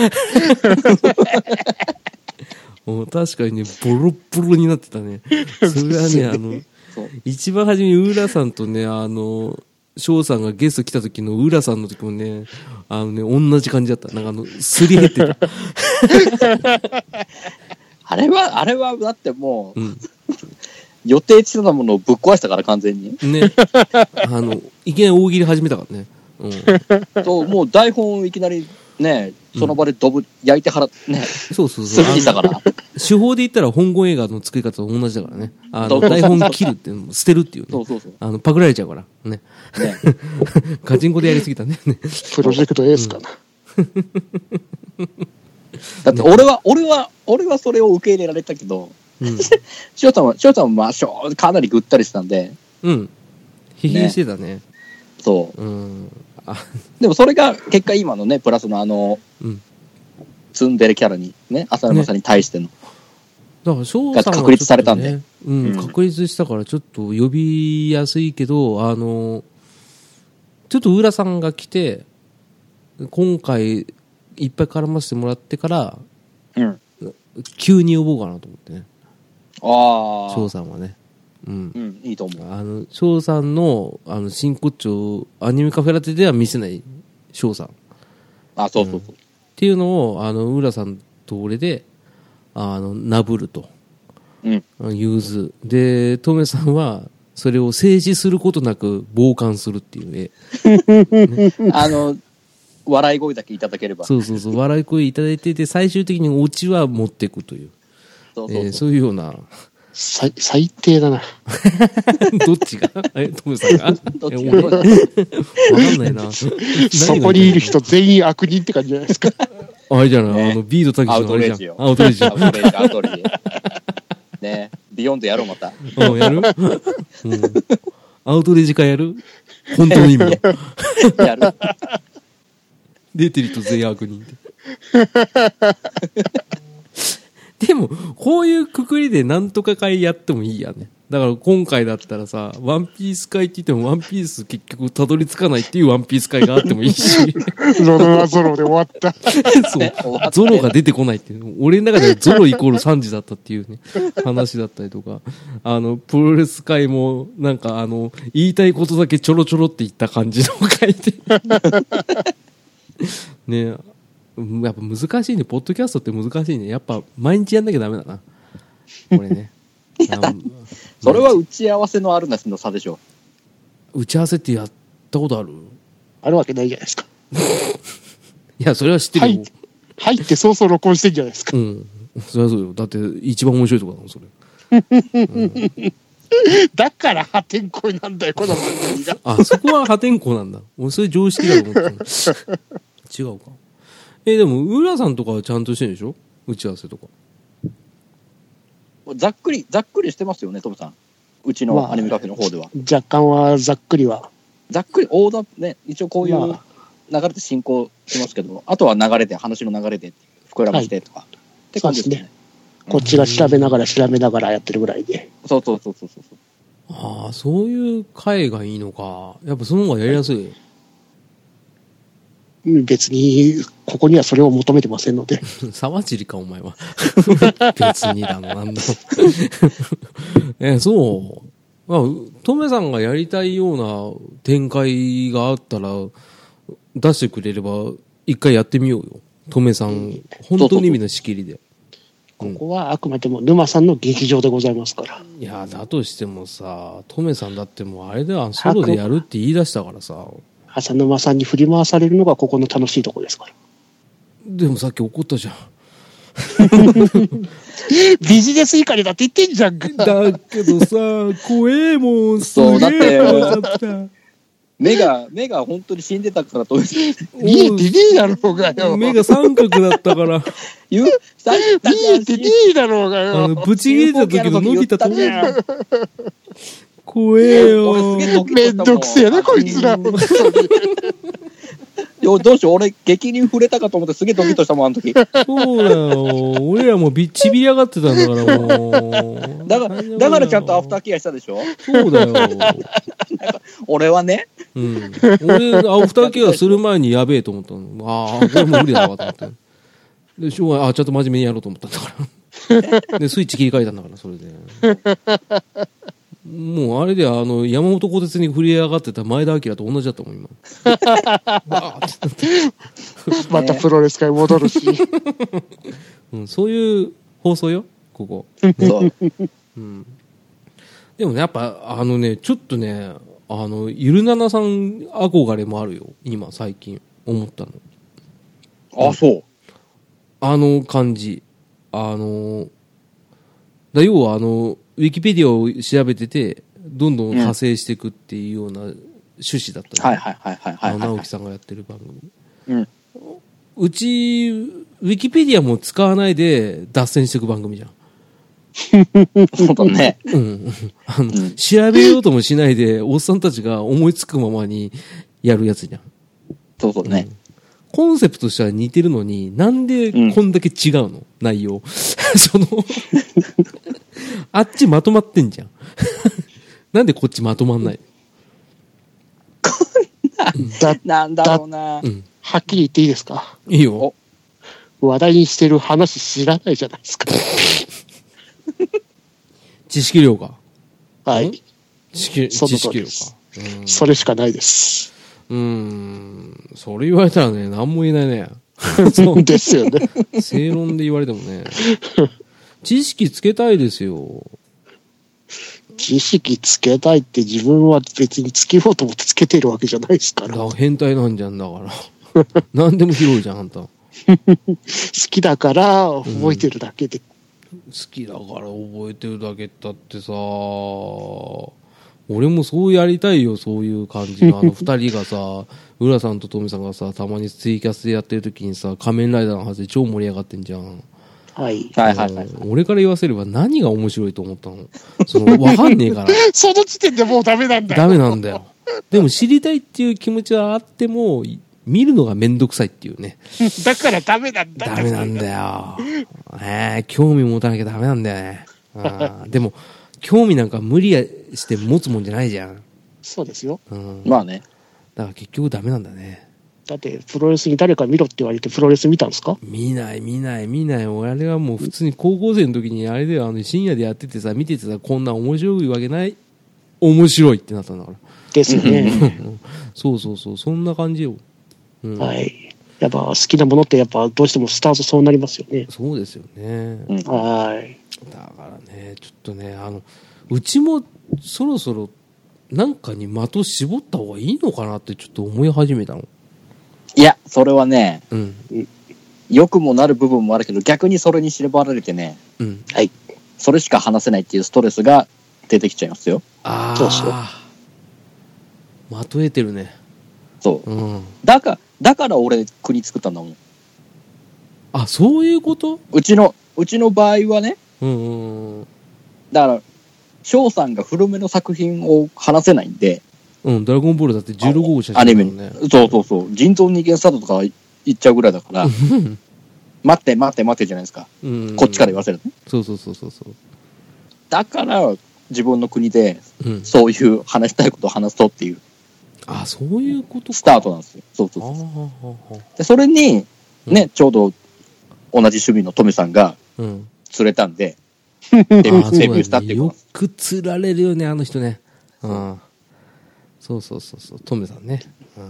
もう確かにね、ボロボロになってたね。それはね、あの、一番初めに浦さんとね、あの、翔さんがゲスト来た時の浦さんの時もね、あのね、同じ感じだった。なんかあの、すり減ってた。 あれは、あれは、だってもう、うん、 予定してたものをぶっ壊したから、完全に。 ね。あの、いきなり大喜利始めたからね。うん。 そう、もう台本いきなりね、その場でドブ、うん、焼いて払ってね。 そうそうそう。 すっきしたから。 手法で言ったら香港映画の作り方と同じだからね。あの、台本切るっていうのも捨てるっていうね。 そうそうそう。 あの、パクられちゃうから。ね。ねガチンコでやりすぎたね。 プロジェクトエースかな。 うん、だって俺は、俺は、俺はそれを受け入れられたけど、うん、翔さんは、翔さんはまあ、しょかなりぐったりしたんで。 うん。疲弊してたね。 ねそう。 うん。 でもそれが結果今のね、プラスのあの、うん、ツンデレキャラにね、浅沼さんに対しての。ね、 だから翔さんは、ね、 確立されたんで。 うん、うん、確立したからちょっと呼びやすいけど、あの、ちょっと浦さんが来て、今回いっぱい絡ませてもらってから、うん、急に呼ぼうかなと思ってね。 ああ。 翔さんはね。うん、 うん、いいと思う。 あの翔さんのあの真骨頂アニメカフェラテでは見せない翔さん。 あ、そうそうそう。うん、 っていうのをあの浦さんと俺であのなぶると。うん。融通でトメさんはそれを静止することなく傍観するっていうね。 ねあの笑い声だけいただければ。 そうそうそう笑い声いただいてて最終的にオチは持っていくという。そうそうそう、えー、そういうような。 最, 最低だな。 どっちがえ、トムさんがどっちがわかんないな。 そこにいる人全員悪人って感じじゃないですか。 あれじゃない、ね、あの、ビートたけしのあれじゃん。アウトレイジ。アウトレイジ。アウトレイジ。 ねビヨンドやろう、また。 うん、やる、うん、アウトレイジ化やる本当の意味やる出てる人全員悪人って。でも、こういうくくりでなんとか会やってもいいやね。だから今回だったらさ、ワンピース会って言ってもワンピース結局たどり着かないっていうワンピース会があってもいいし。 ゾロはゾロで終わった。 そう。ゾロが出てこないっていう。俺の中ではゾロイコールさんじだったっていうね、話だったりとか。あの、プロレス会もなんかあの、言いたいことだけちょろちょろって言った感じの会で。ねやっぱ難しいね。ポッドキャストって難しいね。やっぱ毎日やんなきゃダメだな。これね。 それは打ち合わせのあるなしの差でしょ。 打ち合わせってやったことある？ あるわけないじゃないですか。 いや、それは知ってるよ。 入って早々録音してんじゃないですか。 うん。それはそうよ。だって一番面白いとこだもん、それ。うん、 だから破天荒なんだよ、この番組が。 あ、そこは破天荒なんだ。俺それ常識だと思ってた。違うか。え、でも、浦さんとかはちゃんとしてるでしょ？打ち合わせとか。 ざっくり、ざっくりしてますよね、トムさん。うちのアニメカフェの方では。 まあ、若干はざっくりは。 ざっくり、オーダーね、一応こういう流れで進行しますけど、まあ、あとは流れで、話の流れで、膨らましてとか、はい、って感じですね。 こっちが調べながら調べながらやってるぐらいで。 そうそうそうそうそう。 ああ、そういう回がいいのか。やっぱその方がやりやすい。 別に、ここにはそれを求めてませんので。 沢尻か、お前は。別にだの、なんだ。え、そう。まあ、トメさんがやりたいような展開があったら、出してくれれば、一回やってみようよ。トメさん、本当の意味の仕切りで。 ここはあくまでも沼さんの劇場でございますから。 いや、だとしてもさ、トメさんだってもうあれではソロでやるって言い出したからさ。 浅沼さんに振り回されるのがここの楽しいとこですから。 でもさっき怒ったじゃん。 ビジネス以下にだって言ってんじゃんか。 だけどさ、怖えもん。 そう、だって、目が、目が本当に死んでたからと。 見えてねえだろうがよ。 目が三角だったから。 言う見えてねえだろうがよ。 あの、ぶち切れた時の伸びたとこ。怖えよ。 めんどくせえな、こいつら。 どうしよう、俺、激に触れたかと思ってすげえドキッとしたもん、あの時。 そうだよ。俺らもうびっちびり上がってたんだから、もう。 だから、だからちゃんとアフターケアしたでしょ？ そうだよ。なんか俺はね。 うん。俺、アフターケアする前にやべえと思ったの。ああ、これもう無理だわ、と思って。で、しょうがない。あ、ちょっと真面目にやろうと思ったんだから。で、スイッチ切り替えたんだから、それで。もうあれであの山本小鉄に振り上がってた前田明と同じだったもん今。 またプロレス界戻るし、 うん、そういう放送よここ。 そう、 うん、 でもね、やっぱ、あのね、ちょっとね、あの、ゆるななさん憧れもあるよ。今、最近、思ったの。 あ、そう。 あの感じ。あの、だ要は、あの、ウィキペディアを調べてて、どんどん派生していくっていうような趣旨だった、 ね。はいはいはいはいはい、はい。 直樹さんがやってる番組。 うん。 うち、ウィキペディアも使わないで脱線していく番組じゃん。 そうだね。 うん。あの、うん、調べようともしないで、おっさんたちが思いつくままにやるやつじゃん。 そうそうね、うん。 コンセプトとしては似てるのに、なんでこんだけ違うの、うん、内容。その、あっちまとまってんじゃん。なんでこっちまとまんないこんな、なんだろうな、うん。 はっきり言っていいですか？ いいよ。 話題にしてる話知らないじゃないですか。 知識量か。 はい。 知識、知識量か。 うん、それしかないです。 うーん。それ言われたらね、何も言えないね。 そうですよね。 正論で言われてもね。知識つけたいですよ。 知識つけたいって自分は別につけようと思ってつけてるわけじゃないですから。 だから変態なんじゃんだから。何でも拾うじゃん、あんた。好きだから覚えてるだけで。 うん、好きだから覚えてるだけだってさ、俺もそうやりたいよ、そういう感じの。あの二人がさ、浦さんとトミさんがさ、たまにツイキャスでやってる時にさ、仮面ライダーのはずで超盛り上がってんじゃん。 はい。 はいはいはい。 俺から言わせれば何が面白いと思ったの？その、わかんねえから。 その時点でもうダメなんだよ。 ダメなんだよ。でも知りたいっていう気持ちはあっても、見るのがめんどくさいっていうね。 だからダメなんだ。 ダメなんだよ。えー、興味持たなきゃダメなんだよね。あでも、興味なんか無理して持つもんじゃないじゃん。 そうですよ。 うん、まあね。 だから結局ダメなんだね。 だってプロレスに誰か見ろって言われてプロレス見たんですか？ 見ない見ない見ない。俺あれはもう普通に高校生の時にあれであの深夜でやっててさ、見ててさ、こんな面白いわけない。面白いってなったんだから。 ですよね。 そうそうそう、そんな感じよ。うん、 はい。やっぱ好きなものってやっぱどうしてもスタートそうなりますよね。 そうですよね。 うん、はい。 だからね、ちょっとね、あの、うちもそろそろなんかに的絞った方がいいのかなってちょっと思い始めたの。 いや、それはね、 うん、 良くもなる部分もあるけど、逆にそれに縛られてね、 うん、 はい。それしか話せないっていうストレスが出てきちゃいますよ。 ああ。 そうそう。 まとえてるね。 そう。 うん、 だから、だから俺国作ったんだもん。 あ、そういうこと？ うちの、うちの場合はね、 うんうんうん、 だから、翔さんが古めの作品を話せないんで、 うん、ドラゴンボールだってじゅうろく号写真アニメに、そうそうそう、人造人間スタートとか言っちゃうぐらいだから、待って待って待ってじゃないですか。うん、こっちから言わせるね。 そうそうそうそうそう。 だから自分の国で、うん、そういう話したいことを話そうっていう。 あ、そういうことか。 スタートなんですよ。そうそうそうそう。で、それに、ね、うん、ちょうど同じ趣味のトメさんが釣れたんで、うん、デビュー、デビューしたっていうこと。 よく釣られるよね、あの人ね。うん。そうそうそうそう、トメさんね。うん、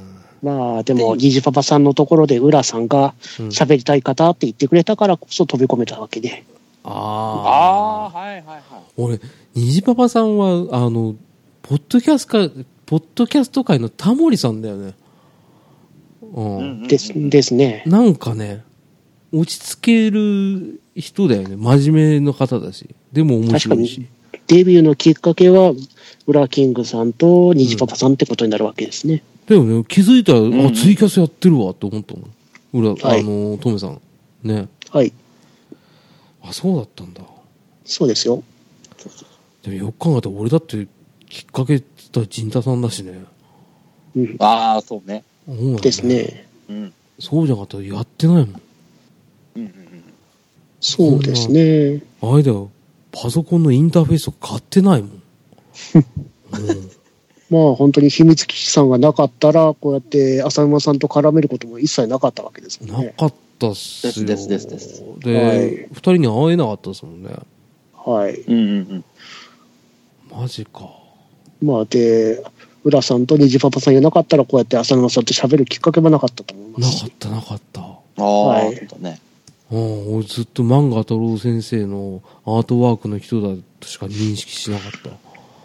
まあでもニジパパさんのところで浦さんが喋りたい方って言ってくれたからこそ飛び込めたわけで。 ああ、あはいはいはい。 俺ニジパパさんはあのポッドキャストポッドキャスト界のタモリさんだよね。 うん。ですですね。 なんかね落ち着ける人だよね。真面目の方だし、でも面白いし。 デビューのきっかけはウラキングさんとニジパパさんってことになるわけですね。 だよね。気づいたら、うん、あ、ツイキャスやってるわって思ったもん。裏、はい、あの、トメさん。ね。 はい。 あ、そうだったんだ。 そうですよ。 でもよく考えたら俺だってきっかけた陣太さんだしね。 うん。ああ、そうね。 ねですね。 うん。 そうじゃなかったらやってないもん。うんうんうん。 そうですね。 あれだよ。パソコンのインターフェースを買ってないもん。うんまあ本当に秘密基地さんがなかったらこうやって浅沼さんと絡めることも一切なかったわけですもんね。 なかったっすよ。 ですですですで、はい、ふたりに会えなかったですもんね。 はい。 うんうんうん。 マジか。 まあで浦さんとニジパパさんがなかったらこうやって浅沼さんと喋るきっかけもなかったと思います。 なかったなかった。 ああ、はい、そうだね。 うん、俺ずっと漫画太郎先生のアートワークの人だとしか認識しなかった。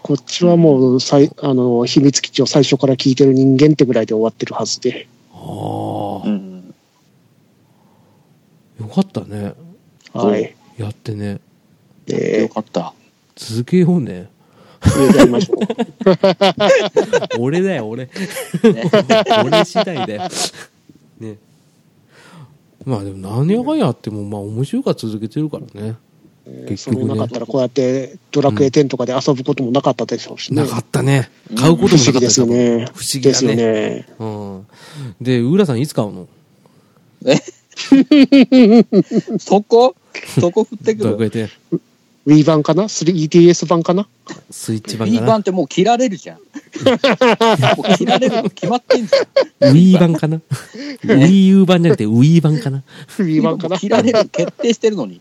こっちはもうさいあの秘密基地を最初から聞いてる人間ってぐらいで終わってるはずで。 ああ、うん、よかったね。 はい。 やってね。 で、よかった。 続けようね。 やりましょう。 俺だよ、俺。俺次第だよ。ね。まあでも何やかんやっても、まあ面白いから続けてるからね。 結局ね。そうなかったらこうやってドラクエテンとかで遊ぶこともなかったでしょうしね。 なかったね。買うこともなかったですよね。 不思議ですよね。うん。で、浦さんいつ買うの？ えそこそこ振ってくる。 ドラクエテン。 Wii 版かな ?スリーディーエス 版かなスイッチ版かな ?Wii 版ってもう切られるじゃん。もう切られるの決まってんじゃん。Wii 版かな ?Wii U 版じゃなくて Wii 版かな ?Wii 版かな切られる決定してるのに。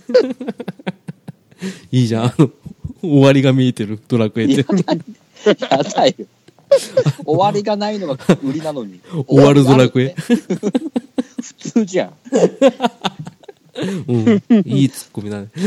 いいじゃん。あの、終わりが見えてるドラクエって。 やだよ。終わりがないのが売りなのに。 終わるドラクエ。 普通じゃん。 うん、いいツッコミだね。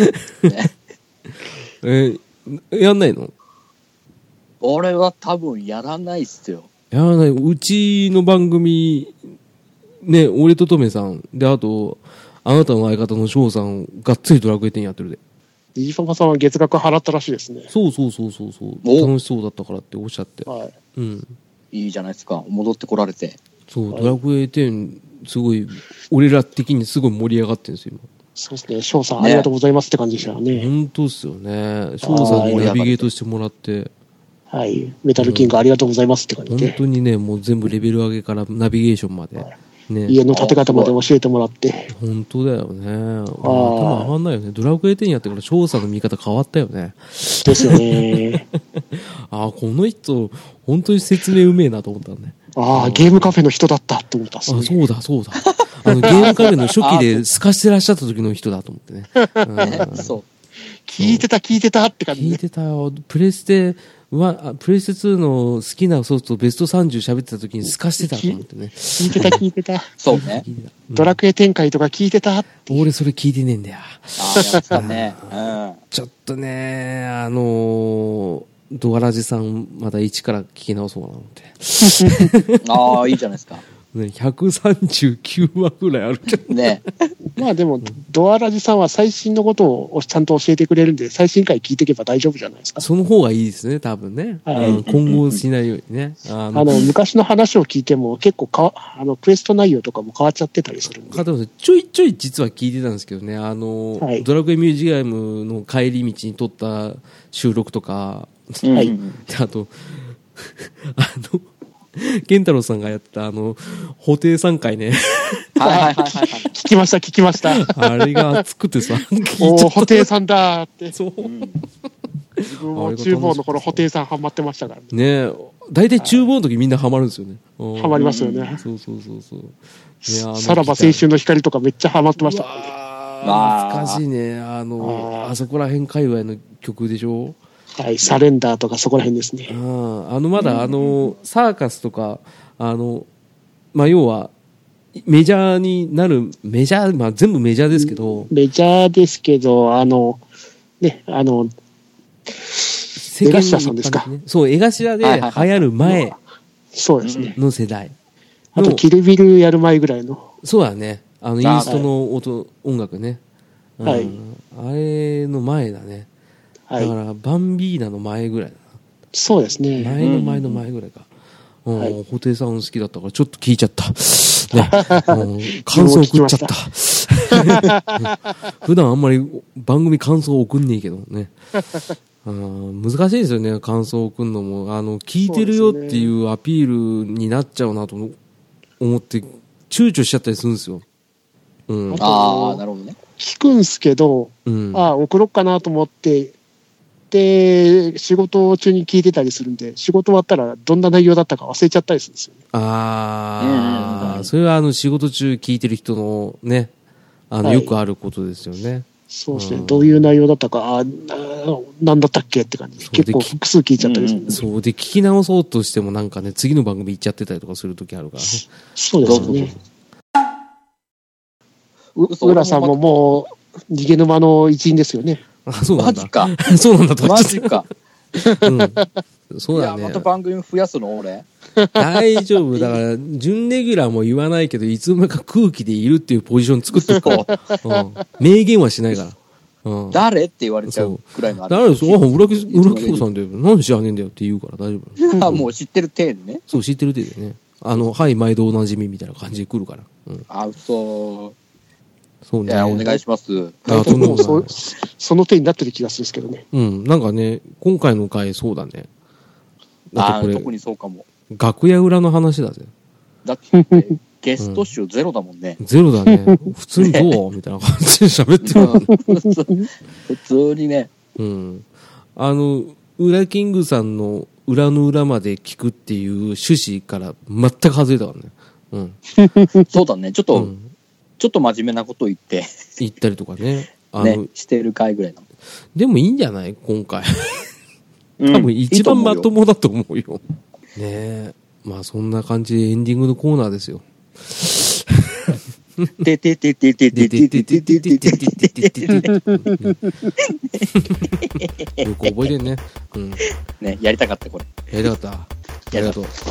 えー、やんないの？ 俺は多分やらないっすよ。 やらない。うちの番組、ね、俺とトメさん、で、あと、あなたの相方の翔さん、がっつりドラクエテンやってるで。 デジファマさんは月額払ったらしいですね。 そうそうそうそうそう。楽しそうだったからっておっしゃって。 はい。 うん。 いいじゃないですか。戻ってこられて。 そう、ドラクエテン、すごい、俺ら的にすごい盛り上がってるんですよ、今。 そうですね。翔さん、ね、ありがとうございますって感じでしたよね。 本当ですよね。翔さんにナビゲートしてもらって。 はい。メタルキングありがとうございますって感じで。 本当にね、もう全部レベル上げからナビゲーションまで。はいね、 家の建て方まで教えてもらって。 本当だよね。頭上がんないよね。ドラクエテンやってから翔さんの見方変わったよね。 ですよね。 ああ、この人、本当に説明うめえなと思ったね。 ああ、ゲームカフェの人だったって思ったっすね。 あ、そうだ、そうだ。あの、ゲームカフェの初期で透かしてらっしゃった時の人だと思ってね。 うん、そう。 聞いてた、聞いてたって感じ、ね。 聞いてたよ。プレステ、はプレステツーの好きなソフトベストさんじゅう喋ってた時に透かしてたと思ってね。 聞いてた聞いてた。 そうね。 ドラクエ展開とか聞いてたって。 俺それ聞いてねえんだよ。 ああ、やったね。うん。 ちょっとね、あのー、ドアラジさんまだ一から聞き直そうかな思って。 ああ、いいじゃないですか。 ね、ひゃくさんじゅうきゅうわぐらいあるけどね。 まあでも、ドアラジさんは最新のことをちゃんと教えてくれるんで、最新回聞いていけば大丈夫じゃないですか。 その方がいいですね、多分ね。はい、混合しないようにね。 あの、あの昔の話を聞いても結構か、あの、クエスト内容とかも変わっちゃってたりするんで。 ちょいちょい実は聞いてたんですけどね、あの、はい、ドラクエミュージアムの帰り道に撮った収録とか、 はい。 あと、あの、健太郎さんがやったあの、布袋さん回ね。 はいはいはいはい。 聞きました聞きました。 あれが熱くてさ、 おー、布袋さんだーって。 そう。うん、 自分も厨房の頃布袋さんハマってましたからね。ねえ。大体厨房の時みんなハマるんですよね。 ハマりますよね。 そうそうそうそう。 いやさらば青春の光とかめっちゃハマってましたからね。 懐かしいね。あの、あそこら辺界隈の曲でしょ。 はい、サレンダーとかそこら辺ですね。 ああのまだあのサーカスとかあのまあ要はメジャーになるメジャーまあ全部メジャーですけどメジャーですけどあのねあの江頭さんですか。 そう江頭で流行る前そうですねの世代。 あとキルビルやる前ぐらいの。 そうだねあのインストの音音楽ね。 はい。 あれの前だね。だから、バンビーナの前ぐらいだな。 そうですね。 前の前の前ぐらいか。うん、はい、布袋さん好きだったから、ちょっと聞いちゃった。ね、うん、感想送っちゃった。普段あんまり番組感想送んねえけどね。うん、難しいですよね、感想送るのも。あの、聞いてるよっていうアピールになっちゃうなと思って、躊躇しちゃったりするんですよ。 うん、ああ、なるほどね。 聞くんすけど、うん、ああ、送ろっかなと思って、で、仕事中に聞いてたりするんで、仕事終わったらどんな内容だったか忘れちゃったりするんですよね。 ああ、うん、それはあの仕事中聞いてる人のね、あの、はい、よくあることですよね。 そうですね、うん、どういう内容だったか、ああ、なんだったっけって感じで、結構複数聞いちゃったりするんで、 うん、そうで、聞き直そうとしてもなんかね、次の番組行っちゃってたりとかするときあるからね。 そうですね。うらさんももう、逃げ沼の一員ですよね。 あ、そうなんだ。 マジか。 そうなんだと。 マジか。 うん。そうだね。 いや、また番組増やすの俺。 大丈夫。だから、準レギュラーも言わないけど、いつの間にか空気でいるっていうポジション作っていこう。うん。明言はしないから。うん、 誰って言われちゃうくらいのある。誰ですか？裏木さんで、なんで知らねえんだよって言うから大丈夫。あ、もう知ってる程度ね。 そう、知ってる程度ね。あの、はい、毎度おなじみみたいな感じで来るから。 うん、あ、そう。 そうね。 いや、お願いします。 あともうそ、その手になってる気がするんですけどね。 うん、なんかね、今回の回そうだね。 ああ、特にそうかも。 楽屋裏の話だぜ。 だって、ゲスト集ゼロだもんね。 うん、ゼロだね。普通にどうみたいな感じで喋ってる、 ね。普通にね。 うん。あの、ウラキングさんの裏の裏まで聞くっていう趣旨から全く外れたからね。うん。 そうだね。ちょっと、うん、ちょっと真面目なこと言って。 言ったりとかね。 あの、ね、してる回ぐらいなの。 でもいいんじゃない今回。多分一番まともだと思うよ。ねえ。まあそんな感じでエンディングのコーナーですよ。 ててててててててててててててよく覚えてんね。うん。 ね、やりたかったこれ。 やりたかった。ありがとう。ね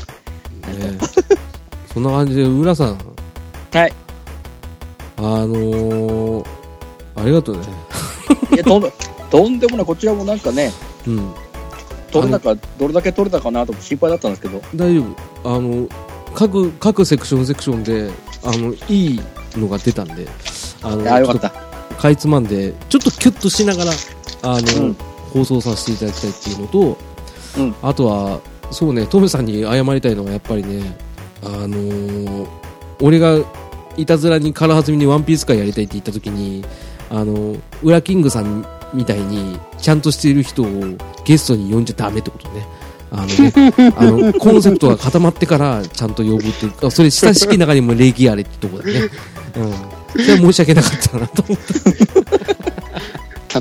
そんな感じで浦さん。 はい。 あのありがとうね。 いやとんとんでもないこちらもなんかね。うん。取れたかどれだけ取れたかなと心配だったんですけど大丈夫あの各各セクションセクションであのいいのが出たんであのあよかったかいつまんでちょっとキュッとしながらあの、うん、放送させていただきたいっていうのと、うん、あとはそうねトメさんに謝りたいのはやっぱりねあのー、俺がいたずらに軽はずみにワンピース会やりたいって言った時にあのウラキングさんみたいにちゃんとしている人をゲストに呼んじゃダメってことね。あのね、あのコンセプトが固まってからちゃんと呼ぶってそれ親しき中にも礼儀あれってとこだね。うん。それは申し訳なかったなと思った。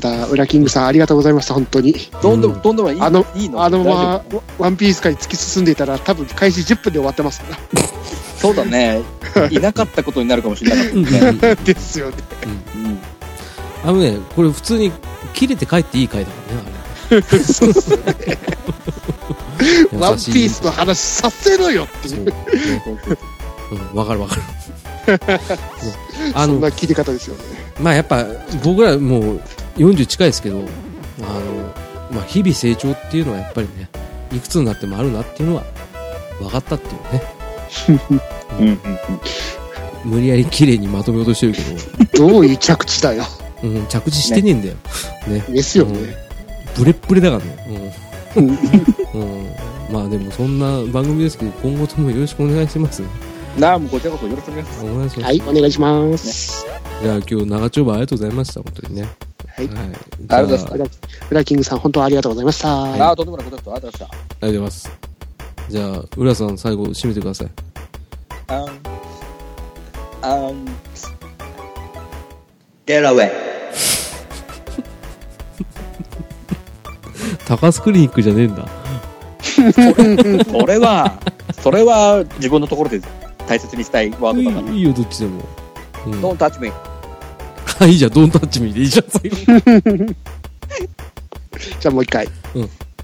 ただウラキングさんありがとうございました本当に。 どんどんどんどんいいあのいいのあのままワンピース界突き進んでいたら多分開始じゅっぷんで終わってますから。 そうだね。いなかったことになるかもしれなかったね。ですよね。 うん。うん、あのねこれ普通に切れて帰っていい回だからねあれ。 そうですね。ワンピースの話させろよっていう。 うん、わかるわかる。 あのそんな切り方ですよね。 まあやっぱ僕らもうよんじゅう近いですけど、あのまあ日々成長っていうのはやっぱりね、いくつになってもあるなっていうのは分かったっていうね。うんうんうん、無理やり綺麗にまとめようとしてるけど。どういう着地だよ。 うん、着地してねえんだよ。ね。 ねですよね、うん。 ブレッブレだからね。うん。うん、まあでもそんな番組ですけど、今後ともよろしくお願いします。 なあ、もうこちらこそよろしくお願いします。お願いします。 はい、お願いします。 ね、じゃあ今日長丁場ありがとうございました、本当にね。 はい。はい、ありがとうございました。ウラキングさん、本当ありがとうございました。はい、 ああ、とんでもないことだった。ありがとうございました。 ありがとうございます。じゃあ、浦さん、最後、締めてください。 あん、あん、ゲラウェイ。 高須クリニックじゃねえんだ。 それは、それは自分のところで大切にしたいワードだから。 いいよ、どっちでも。 うん、Don't touch me。 あ、いいじゃん、Don't touch me でいいじゃん、最後。 じゃあもう一回。うん。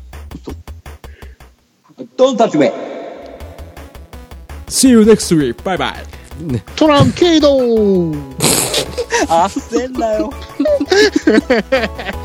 Don't touch me。 See you next week. Bye bye. ね、 トランケードー。 あっせんだよ。